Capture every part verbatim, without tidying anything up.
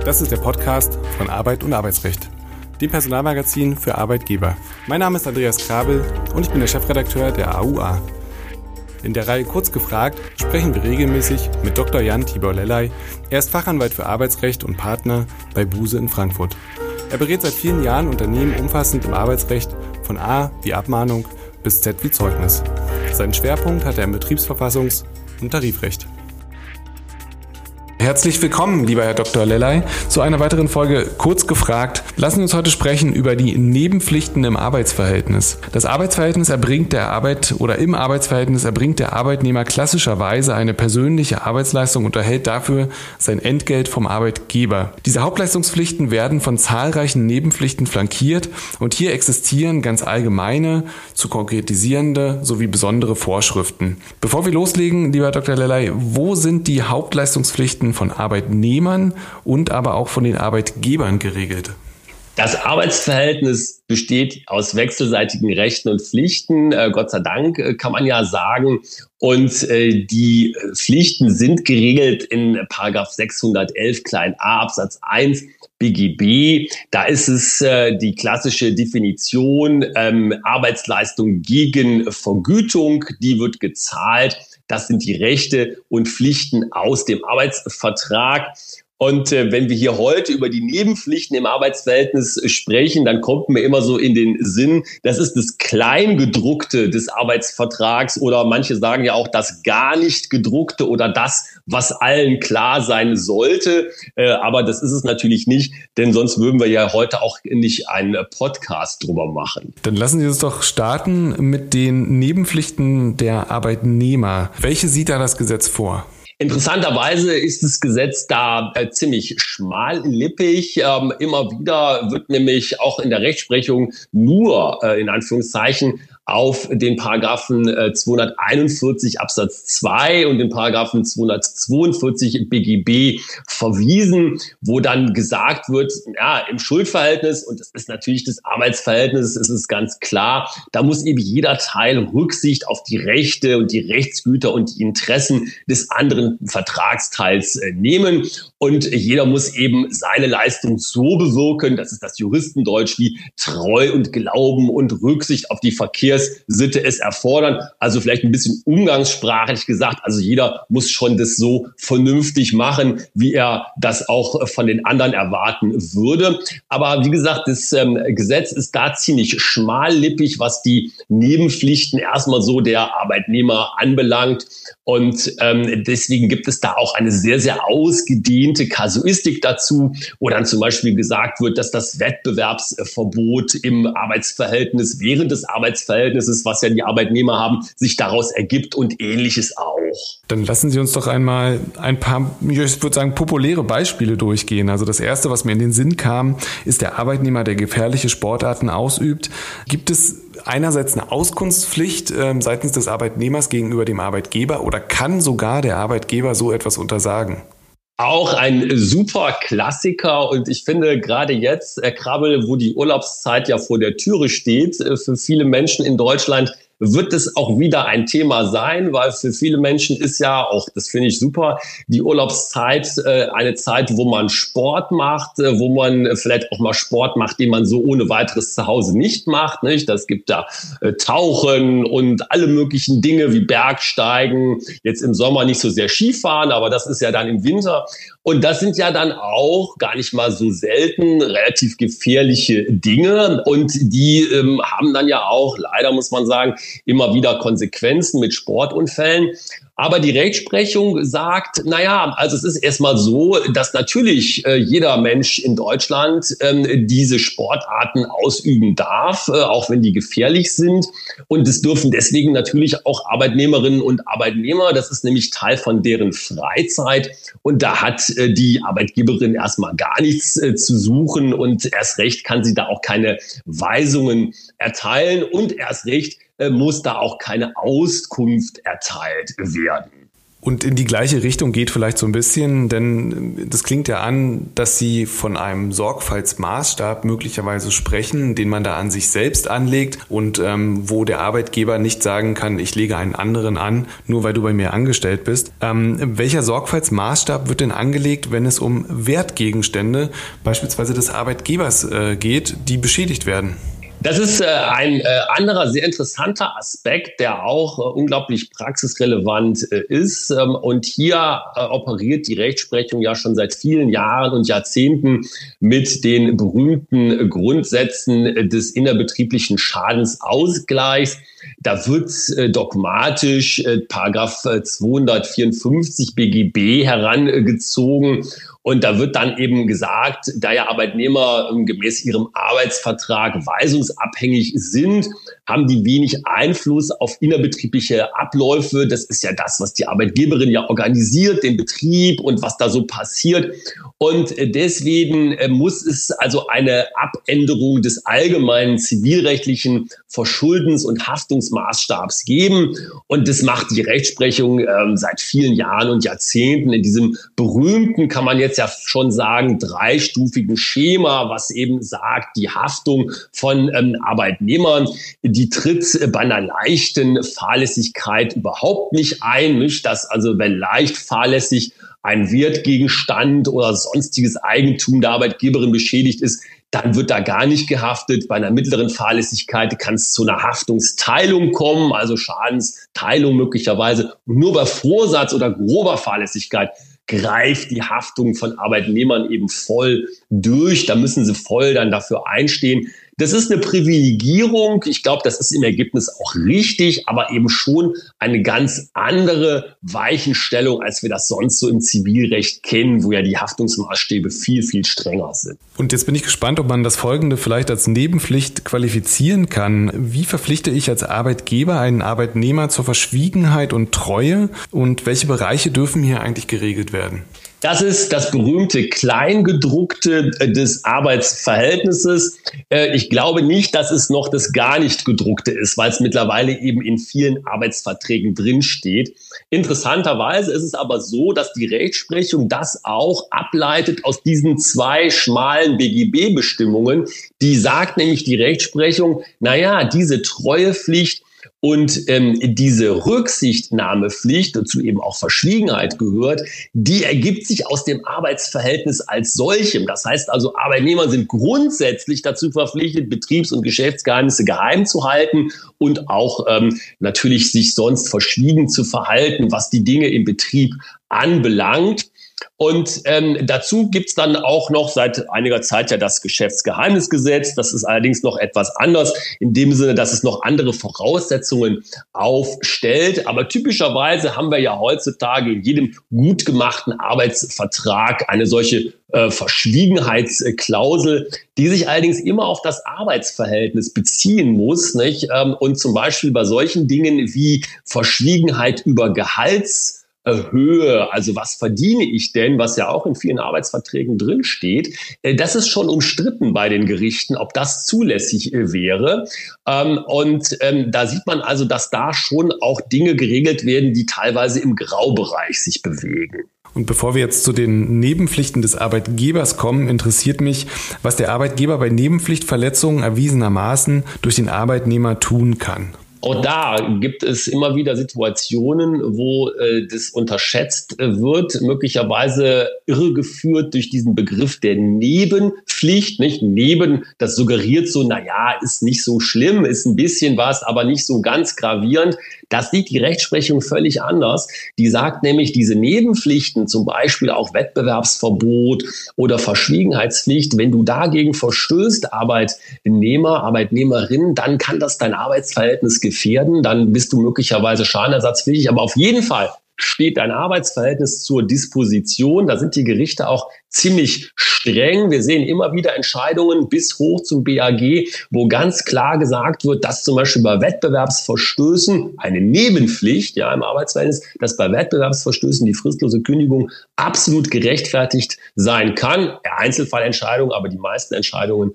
Das ist der Podcast von Arbeit und Arbeitsrecht, dem Personalmagazin für Arbeitgeber. Mein Name ist Andreas Krabel und ich bin der Chefredakteur der A U A. In der Reihe Kurz gefragt sprechen wir regelmäßig mit Doktor Jan Tibor Lellay. Er ist Fachanwalt für Arbeitsrecht und Partner bei Buse in Frankfurt. Er berät seit vielen Jahren Unternehmen umfassend im Arbeitsrecht von A wie Abmahnung bis Z wie Zeugnis. Seinen Schwerpunkt hat er im Betriebsverfassungs- und Tarifrecht. Herzlich willkommen, lieber Herr Doktor Lellay, zu einer weiteren Folge Kurz gefragt. Lassen Sie uns heute sprechen über die Nebenpflichten im Arbeitsverhältnis. Das Arbeitsverhältnis erbringt der Arbeit oder im Arbeitsverhältnis erbringt der Arbeitnehmer klassischerweise eine persönliche Arbeitsleistung und erhält dafür sein Entgelt vom Arbeitgeber. Diese Hauptleistungspflichten werden von zahlreichen Nebenpflichten flankiert und hier existieren ganz allgemeine, zu konkretisierende sowie besondere Vorschriften. Bevor wir loslegen, lieber Herr Doktor Lellay, wo sind die Hauptleistungspflichten von Arbeitnehmern und aber auch von den Arbeitgebern geregelt? Das Arbeitsverhältnis besteht aus wechselseitigen Rechten und Pflichten, äh, Gott sei Dank, äh, kann man ja sagen. Und äh, die Pflichten sind geregelt in Paragraph sechshundertelf klein a Absatz eins B G B. Da ist es äh, die klassische Definition ähm, Arbeitsleistung gegen Vergütung, die wird gezahlt. Das sind die Rechte und Pflichten aus dem Arbeitsvertrag. Und äh, wenn wir hier heute über die Nebenpflichten im Arbeitsverhältnis sprechen, dann kommt mir immer so in den Sinn, das ist das Kleingedruckte des Arbeitsvertrags oder manche sagen ja auch das gar nicht gedruckte oder das, was allen klar sein sollte. Äh, aber das ist es natürlich nicht, denn sonst würden wir ja heute auch nicht einen Podcast drüber machen. Dann lassen Sie uns doch starten mit den Nebenpflichten der Arbeitnehmer. Welche sieht da das Gesetz vor? Interessanterweise ist das Gesetz da äh, ziemlich schmallippig. Ähm, immer wieder wird nämlich auch in der Rechtsprechung nur äh, in Anführungszeichen auf den Paragraphen äh, zweihunderteinundvierzig Absatz zwei und den Paragraphen zweihundertzweiundvierzig B G B verwiesen, wo dann gesagt wird, ja, im Schuldverhältnis, und das ist natürlich das Arbeitsverhältnis, es ist ganz klar, da muss eben jeder Teil Rücksicht auf die Rechte und die Rechtsgüter und die Interessen des anderen Vertragsteils äh, nehmen. Und jeder muss eben seine Leistung so bewirken, das ist das Juristendeutsch, wie Treu und Glauben und Rücksicht auf die Verkehrssitte es erfordern. Also vielleicht ein bisschen umgangssprachlich gesagt, also jeder muss schon das so vernünftig machen, wie er das auch von den anderen erwarten würde. Aber wie gesagt, das ähm, Gesetz ist da ziemlich schmallippig, was die Nebenpflichten erstmal so der Arbeitnehmer anbelangt. Und ähm, deswegen gibt es da auch eine sehr, sehr ausgedehnte Kasuistik dazu, wo dann zum Beispiel gesagt wird, dass das Wettbewerbsverbot im Arbeitsverhältnis während des Arbeitsverhältnisses, was ja die Arbeitnehmer haben, sich daraus ergibt und Ähnliches auch. Dann lassen Sie uns doch einmal ein paar, ich würde sagen, populäre Beispiele durchgehen. Also das erste, was mir in den Sinn kam, ist der Arbeitnehmer, der gefährliche Sportarten ausübt. Gibt es einerseits eine Auskunftspflicht äh, seitens des Arbeitnehmers gegenüber dem Arbeitgeber oder kann sogar der Arbeitgeber so etwas untersagen? Auch ein super Klassiker und ich finde gerade jetzt, Herr Krabbel, wo die Urlaubszeit ja vor der Türe steht, für viele Menschen in Deutschland wird es auch wieder ein Thema sein, weil für viele Menschen ist ja auch, das finde ich super, die Urlaubszeit äh, eine Zeit, wo man Sport macht, äh, wo man vielleicht auch mal Sport macht, den man so ohne weiteres zu Hause nicht macht. Nicht? Das gibt da äh, Tauchen und alle möglichen Dinge wie Bergsteigen, jetzt im Sommer nicht so sehr Skifahren, aber das ist ja dann im Winter. Und das sind ja dann auch gar nicht mal so selten relativ gefährliche Dinge und die ähm, haben dann ja auch, leider muss man sagen, immer wieder Konsequenzen mit Sportunfällen. Aber die Rechtsprechung sagt, naja, also es ist erstmal so, dass natürlich äh, jeder Mensch in Deutschland ähm, diese Sportarten ausüben darf, äh, auch wenn die gefährlich sind. Und es dürfen deswegen natürlich auch Arbeitnehmerinnen und Arbeitnehmer, das ist nämlich Teil von deren Freizeit. Und da hat äh, die Arbeitgeberin erstmal gar nichts äh, zu suchen und erst recht kann sie da auch keine Weisungen erteilen und erst recht muss da auch keine Auskunft erteilt werden. Und in die gleiche Richtung geht vielleicht so ein bisschen, denn das klingt ja an, dass Sie von einem Sorgfaltsmaßstab möglicherweise sprechen, den man da an sich selbst anlegt und ähm, wo der Arbeitgeber nicht sagen kann, ich lege einen anderen an, nur weil du bei mir angestellt bist. Ähm, welcher Sorgfaltsmaßstab wird denn angelegt, wenn es um Wertgegenstände beispielsweise des Arbeitgebers äh, geht, die beschädigt werden? Das ist äh, ein äh, anderer sehr interessanter Aspekt, der auch äh, unglaublich praxisrelevant äh, ist. Ähm, und hier äh, operiert die Rechtsprechung ja schon seit vielen Jahren und Jahrzehnten mit den berühmten Grundsätzen des innerbetrieblichen Schadensausgleichs. Da wird äh, dogmatisch äh, Paragraph zweihundertvierundfünfzig B G B herangezogen. Und da wird dann eben gesagt, da ja Arbeitnehmer gemäß ihrem Arbeitsvertrag weisungsabhängig sind, haben die wenig Einfluss auf innerbetriebliche Abläufe. Das ist ja das, was die Arbeitgeberin ja organisiert, den Betrieb und was da so passiert. Und deswegen muss es also eine Abänderung des allgemeinen zivilrechtlichen Verschuldens- und Haftungsmaßstabs geben. Und das macht die Rechtsprechung äh, seit vielen Jahren und Jahrzehnten in diesem berühmten, kann man jetzt ja schon sagen, dreistufigen Schema, was eben sagt, die Haftung von ähm, Arbeitnehmern, die tritt bei einer leichten Fahrlässigkeit überhaupt nicht ein. Nicht, dass also, wenn leicht fahrlässig ein Wertgegenstand oder sonstiges Eigentum der Arbeitgeberin beschädigt ist, dann wird da gar nicht gehaftet. Bei einer mittleren Fahrlässigkeit kann es zu einer Haftungsteilung kommen, also Schadensteilung möglicherweise. Und nur bei Vorsatz oder grober Fahrlässigkeit greift die Haftung von Arbeitnehmern eben voll durch. Da müssen sie voll dann dafür einstehen. Das ist eine Privilegierung. Ich glaube, das ist im Ergebnis auch richtig, aber eben schon eine ganz andere Weichenstellung, als wir das sonst so im Zivilrecht kennen, wo ja die Haftungsmaßstäbe viel, viel strenger sind. Und jetzt bin ich gespannt, ob man das Folgende vielleicht als Nebenpflicht qualifizieren kann. Wie verpflichte ich als Arbeitgeber einen Arbeitnehmer zur Verschwiegenheit und Treue? Und welche Bereiche dürfen hier eigentlich geregelt werden? Das ist das berühmte Kleingedruckte des Arbeitsverhältnisses. Ich glaube nicht, dass es noch das gar nicht gedruckte ist, weil es mittlerweile eben in vielen Arbeitsverträgen drinsteht. Interessanterweise ist es aber so, dass die Rechtsprechung das auch ableitet aus diesen zwei schmalen B G B-Bestimmungen. Die sagt nämlich die Rechtsprechung, naja, diese Treuepflicht und ähm, diese Rücksichtnahmepflicht, dazu eben auch Verschwiegenheit gehört, die ergibt sich aus dem Arbeitsverhältnis als solchem. Das heißt also, Arbeitnehmer sind grundsätzlich dazu verpflichtet, Betriebs- und Geschäftsgeheimnisse geheim zu halten und auch ähm, natürlich sich sonst verschwiegen zu verhalten, was die Dinge im Betrieb anbelangt. Und ähm, dazu gibt's dann auch noch seit einiger Zeit ja das Geschäftsgeheimnisgesetz. Das ist allerdings noch etwas anders, in dem Sinne, dass es noch andere Voraussetzungen aufstellt. Aber typischerweise haben wir ja heutzutage in jedem gut gemachten Arbeitsvertrag eine solche äh, Verschwiegenheitsklausel, die sich allerdings immer auf das Arbeitsverhältnis beziehen muss, nicht? Ähm, und zum Beispiel bei solchen Dingen wie Verschwiegenheit über Gehalts Höhe, also was verdiene ich denn, was ja auch in vielen Arbeitsverträgen drin steht, das ist schon umstritten bei den Gerichten, ob das zulässig wäre. Und da sieht man also, dass da schon auch Dinge geregelt werden, die teilweise im Graubereich sich bewegen. Und bevor wir jetzt zu den Nebenpflichten des Arbeitgebers kommen, interessiert mich, was der Arbeitgeber bei Nebenpflichtverletzungen erwiesenermaßen durch den Arbeitnehmer tun kann. Auch da gibt es immer wieder Situationen, wo äh, das unterschätzt äh, wird, möglicherweise irregeführt durch diesen Begriff der Nebenpflicht. Nicht neben, das suggeriert so, na ja, ist nicht so schlimm, ist ein bisschen was, aber nicht so ganz gravierend. Das sieht die Rechtsprechung völlig anders. Die sagt nämlich, diese Nebenpflichten, zum Beispiel auch Wettbewerbsverbot oder Verschwiegenheitspflicht, wenn du dagegen verstößt, Arbeitnehmer, Arbeitnehmerin, dann kann das dein Arbeitsverhältnis gefährden. Dann bist du möglicherweise schadenersatzpflichtig. Aber auf jeden Fall steht dein Arbeitsverhältnis zur Disposition. Da sind die Gerichte auch ziemlich streng. Wir sehen immer wieder Entscheidungen bis hoch zum B A G, wo ganz klar gesagt wird, dass zum Beispiel bei Wettbewerbsverstößen eine Nebenpflicht, ja, im Arbeitsverhältnis, dass bei Wettbewerbsverstößen die fristlose Kündigung absolut gerechtfertigt sein kann. Einzelfallentscheidungen, aber die meisten Entscheidungen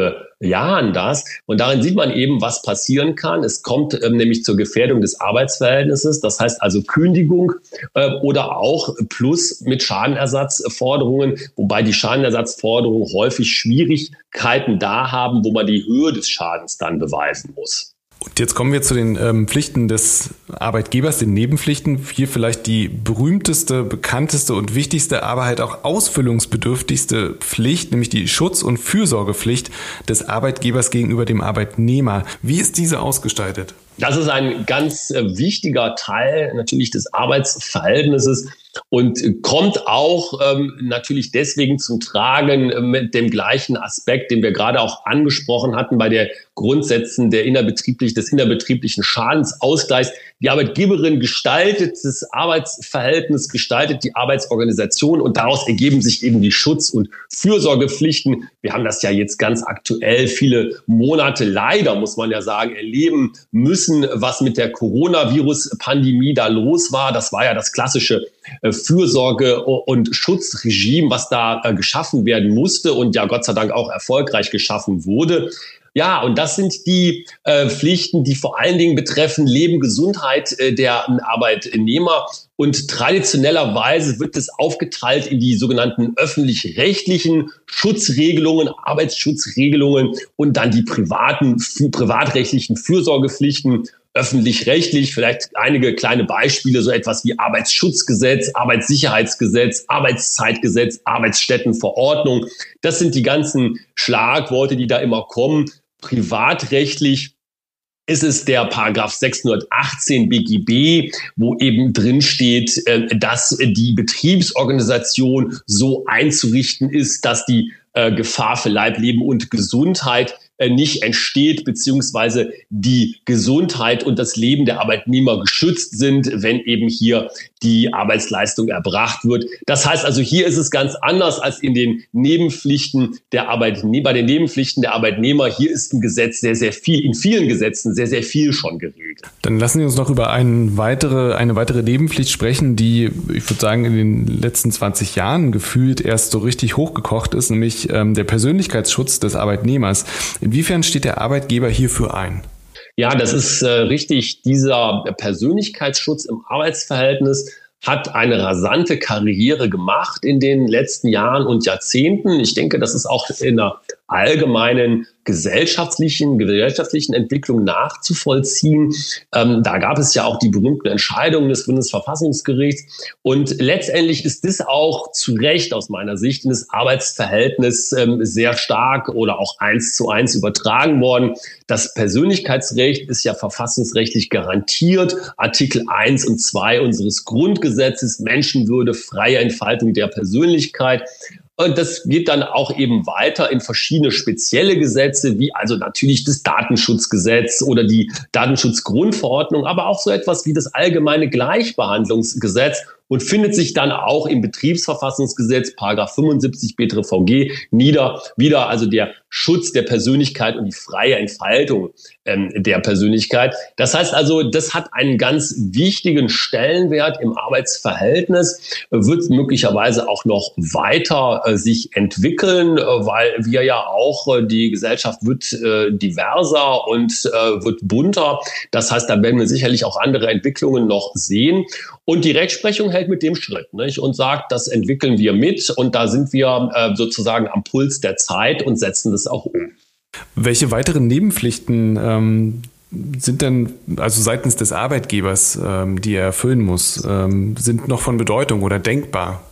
bejahen das. Und darin sieht man eben, was passieren kann. Es kommt ähm, nämlich zur Gefährdung des Arbeitsverhältnisses. Das heißt also Kündigung äh, oder auch plus mit Schadenersatzforderungen, wobei die Schadenersatzforderungen häufig Schwierigkeiten da haben, wo man die Höhe des Schadens dann beweisen muss. Und jetzt kommen wir zu den ähm, Pflichten des Arbeitgebers, den Nebenpflichten. Hier vielleicht die berühmteste, bekannteste und wichtigste, aber halt auch ausfüllungsbedürftigste Pflicht, nämlich die Schutz- und Fürsorgepflicht des Arbeitgebers gegenüber dem Arbeitnehmer. Wie ist diese ausgestaltet? Das ist ein ganz äh, wichtiger Teil natürlich des Arbeitsverhältnisses und kommt auch ähm, natürlich deswegen zum Tragen äh, mit dem gleichen Aspekt, den wir gerade auch angesprochen hatten bei der Grundsätzen der innerbetrieblich, des innerbetrieblichen Schadensausgleichs. Die Arbeitgeberin gestaltet das Arbeitsverhältnis, gestaltet die Arbeitsorganisation und daraus ergeben sich eben die Schutz- und Fürsorgepflichten. Wir haben das ja jetzt ganz aktuell viele Monate leider, muss man ja sagen, erleben müssen, was mit der Coronavirus-Pandemie da los war. Das war ja das klassische Fürsorge- und Schutzregime, was da geschaffen werden musste und ja Gott sei Dank auch erfolgreich geschaffen wurde. Ja, und das sind die äh, Pflichten, die vor allen Dingen betreffen Leben, Gesundheit äh, der Arbeitnehmer. Und traditionellerweise wird es aufgeteilt in die sogenannten öffentlich-rechtlichen Schutzregelungen, Arbeitsschutzregelungen und dann die privaten, privatrechtlichen Fürsorgepflichten. Öffentlich-rechtlich, vielleicht einige kleine Beispiele, so etwas wie Arbeitsschutzgesetz, Arbeitssicherheitsgesetz, Arbeitszeitgesetz, Arbeitsstättenverordnung. Das sind die ganzen Schlagworte, die da immer kommen. Privatrechtlich ist es der Paragraph sechshundertachtzehn B G B, wo eben drin steht, dass die Betriebsorganisation so einzurichten ist, dass die Gefahr für Leib, Leben und Gesundheit nicht entsteht, beziehungsweise die Gesundheit und das Leben der Arbeitnehmer geschützt sind, wenn eben hier die Arbeitsleistung erbracht wird. Das heißt also, hier ist es ganz anders als in den Nebenpflichten der Arbeitnehmer, bei den Nebenpflichten der Arbeitnehmer. Hier ist im Gesetz sehr, sehr viel, in vielen Gesetzen sehr, sehr viel schon geregelt. Dann lassen Sie uns noch über eine weitere, eine weitere Nebenpflicht sprechen, die, ich würde sagen, in den letzten zwanzig Jahren gefühlt erst so richtig hochgekocht ist, nämlich ähm, der Persönlichkeitsschutz des Arbeitnehmers. Inwiefern steht der Arbeitgeber hierfür ein? Ja, das ist äh, richtig. Dieser Persönlichkeitsschutz im Arbeitsverhältnis hat eine rasante Karriere gemacht in den letzten Jahren und Jahrzehnten. Ich denke, das ist auch in der allgemeinen gesellschaftlichen, gesellschaftlichen Entwicklung nachzuvollziehen. Ähm, da gab es ja auch die berühmten Entscheidungen des Bundesverfassungsgerichts. Und letztendlich ist das auch zu Recht aus meiner Sicht in das Arbeitsverhältnis ähm, sehr stark oder auch eins zu eins übertragen worden. Das Persönlichkeitsrecht ist ja verfassungsrechtlich garantiert. Artikel eins und zwei unseres Grundgesetzes, Menschenwürde, freie Entfaltung der Persönlichkeit. Und das geht dann auch eben weiter in verschiedene spezielle Gesetze, wie also natürlich das Datenschutzgesetz oder die Datenschutzgrundverordnung, aber auch so etwas wie das allgemeine Gleichbehandlungsgesetz und findet sich dann auch im Betriebsverfassungsgesetz, Paragraph fünfundsiebzig B T V G, nieder, wieder also der Schutz der Persönlichkeit und die freie Entfaltung ähm, der Persönlichkeit. Das heißt also, das hat einen ganz wichtigen Stellenwert im Arbeitsverhältnis, wird möglicherweise auch noch weiter äh, sich entwickeln, äh, weil wir ja auch, äh, die Gesellschaft wird äh, diverser und äh, wird bunter. Das heißt, da werden wir sicherlich auch andere Entwicklungen noch sehen. Und die Rechtsprechung hält mit dem Schritt, nicht? Und sagt, das entwickeln wir mit und da sind wir äh, sozusagen am Puls der Zeit und setzen das auch um. Welche weiteren Nebenpflichten ähm, sind denn, also seitens des Arbeitgebers, ähm, die er erfüllen muss, ähm, sind noch von Bedeutung oder denkbar?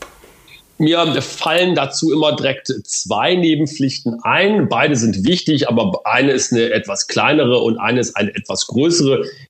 Mir fallen dazu immer direkt zwei Nebenpflichten ein. Beide sind wichtig, aber eine ist eine etwas kleinere und eine ist eine etwas größere.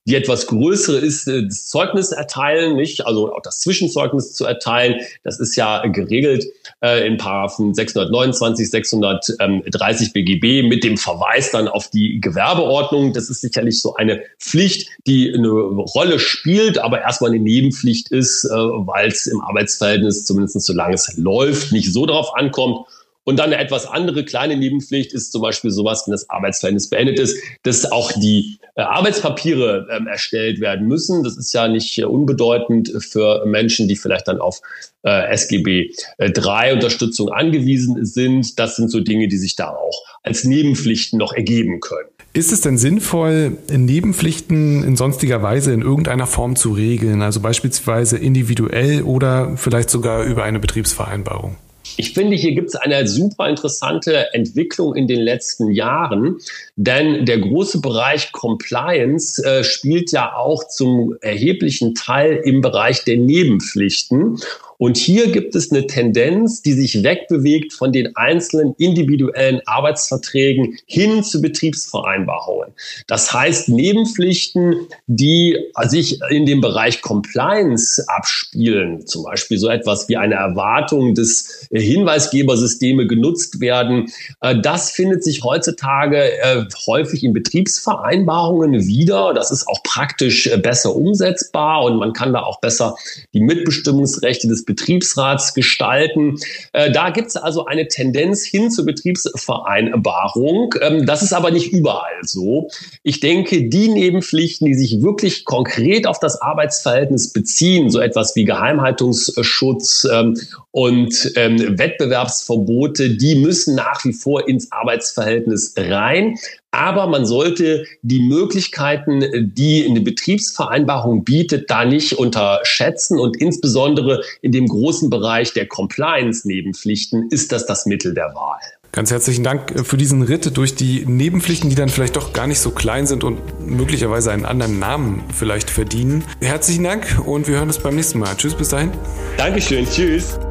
Die etwas größere ist das Zeugnis erteilen, nicht? Also auch das Zwischenzeugnis zu erteilen. Das ist ja geregelt äh, in Paragraphen sechshundertneunundzwanzig, sechshundertdreißig B G B mit dem Verweis dann auf die Gewerbeordnung. Das ist sicherlich so eine Pflicht, die eine Rolle spielt, aber erstmal eine Nebenpflicht ist, äh, weil es im Arbeitsverhältnis, zumindest solange es läuft, nicht so darauf ankommt. Und dann eine etwas andere kleine Nebenpflicht ist zum Beispiel sowas, wenn das Arbeitsverhältnis beendet ist, dass auch die äh, Arbeitspapiere ähm, erstellt werden müssen. Das ist ja nicht äh, unbedeutend für Menschen, die vielleicht dann auf äh, S G B drei Unterstützung angewiesen sind. Das sind so Dinge, die sich da auch als Nebenpflichten noch ergeben können. Ist es denn sinnvoll, Nebenpflichten in sonstiger Weise in irgendeiner Form zu regeln, also beispielsweise individuell oder vielleicht sogar über eine Betriebsvereinbarung? Ich finde, hier gibt es eine super interessante Entwicklung in den letzten Jahren, denn der große Bereich Compliance äh, spielt ja auch zum erheblichen Teil im Bereich der Nebenpflichten. Und hier gibt es eine Tendenz, die sich wegbewegt von den einzelnen individuellen Arbeitsverträgen hin zu Betriebsvereinbarungen. Das heißt, Nebenpflichten, die sich in dem Bereich Compliance abspielen, zum Beispiel so etwas wie eine Erwartung, dass Hinweisgebersysteme genutzt werden, das findet sich heutzutage häufig in Betriebsvereinbarungen wieder. Das ist auch praktisch besser umsetzbar und man kann da auch besser die Mitbestimmungsrechte des Betriebsrats gestalten. Äh, da gibt es also eine Tendenz hin zur Betriebsvereinbarung. Ähm, das ist aber nicht überall so. Ich denke, die Nebenpflichten, die sich wirklich konkret auf das Arbeitsverhältnis beziehen, so etwas wie Geheimhaltungsschutz ähm, und ähm, Wettbewerbsverbote, die müssen nach wie vor ins Arbeitsverhältnis rein. Aber man sollte die Möglichkeiten, die eine Betriebsvereinbarung bietet, da nicht unterschätzen. Und insbesondere in dem großen Bereich der Compliance-Nebenpflichten ist das das Mittel der Wahl. Ganz herzlichen Dank für diesen Ritt durch die Nebenpflichten, die dann vielleicht doch gar nicht so klein sind und möglicherweise einen anderen Namen vielleicht verdienen. Herzlichen Dank und wir hören uns beim nächsten Mal. Tschüss, bis dahin. Dankeschön, tschüss.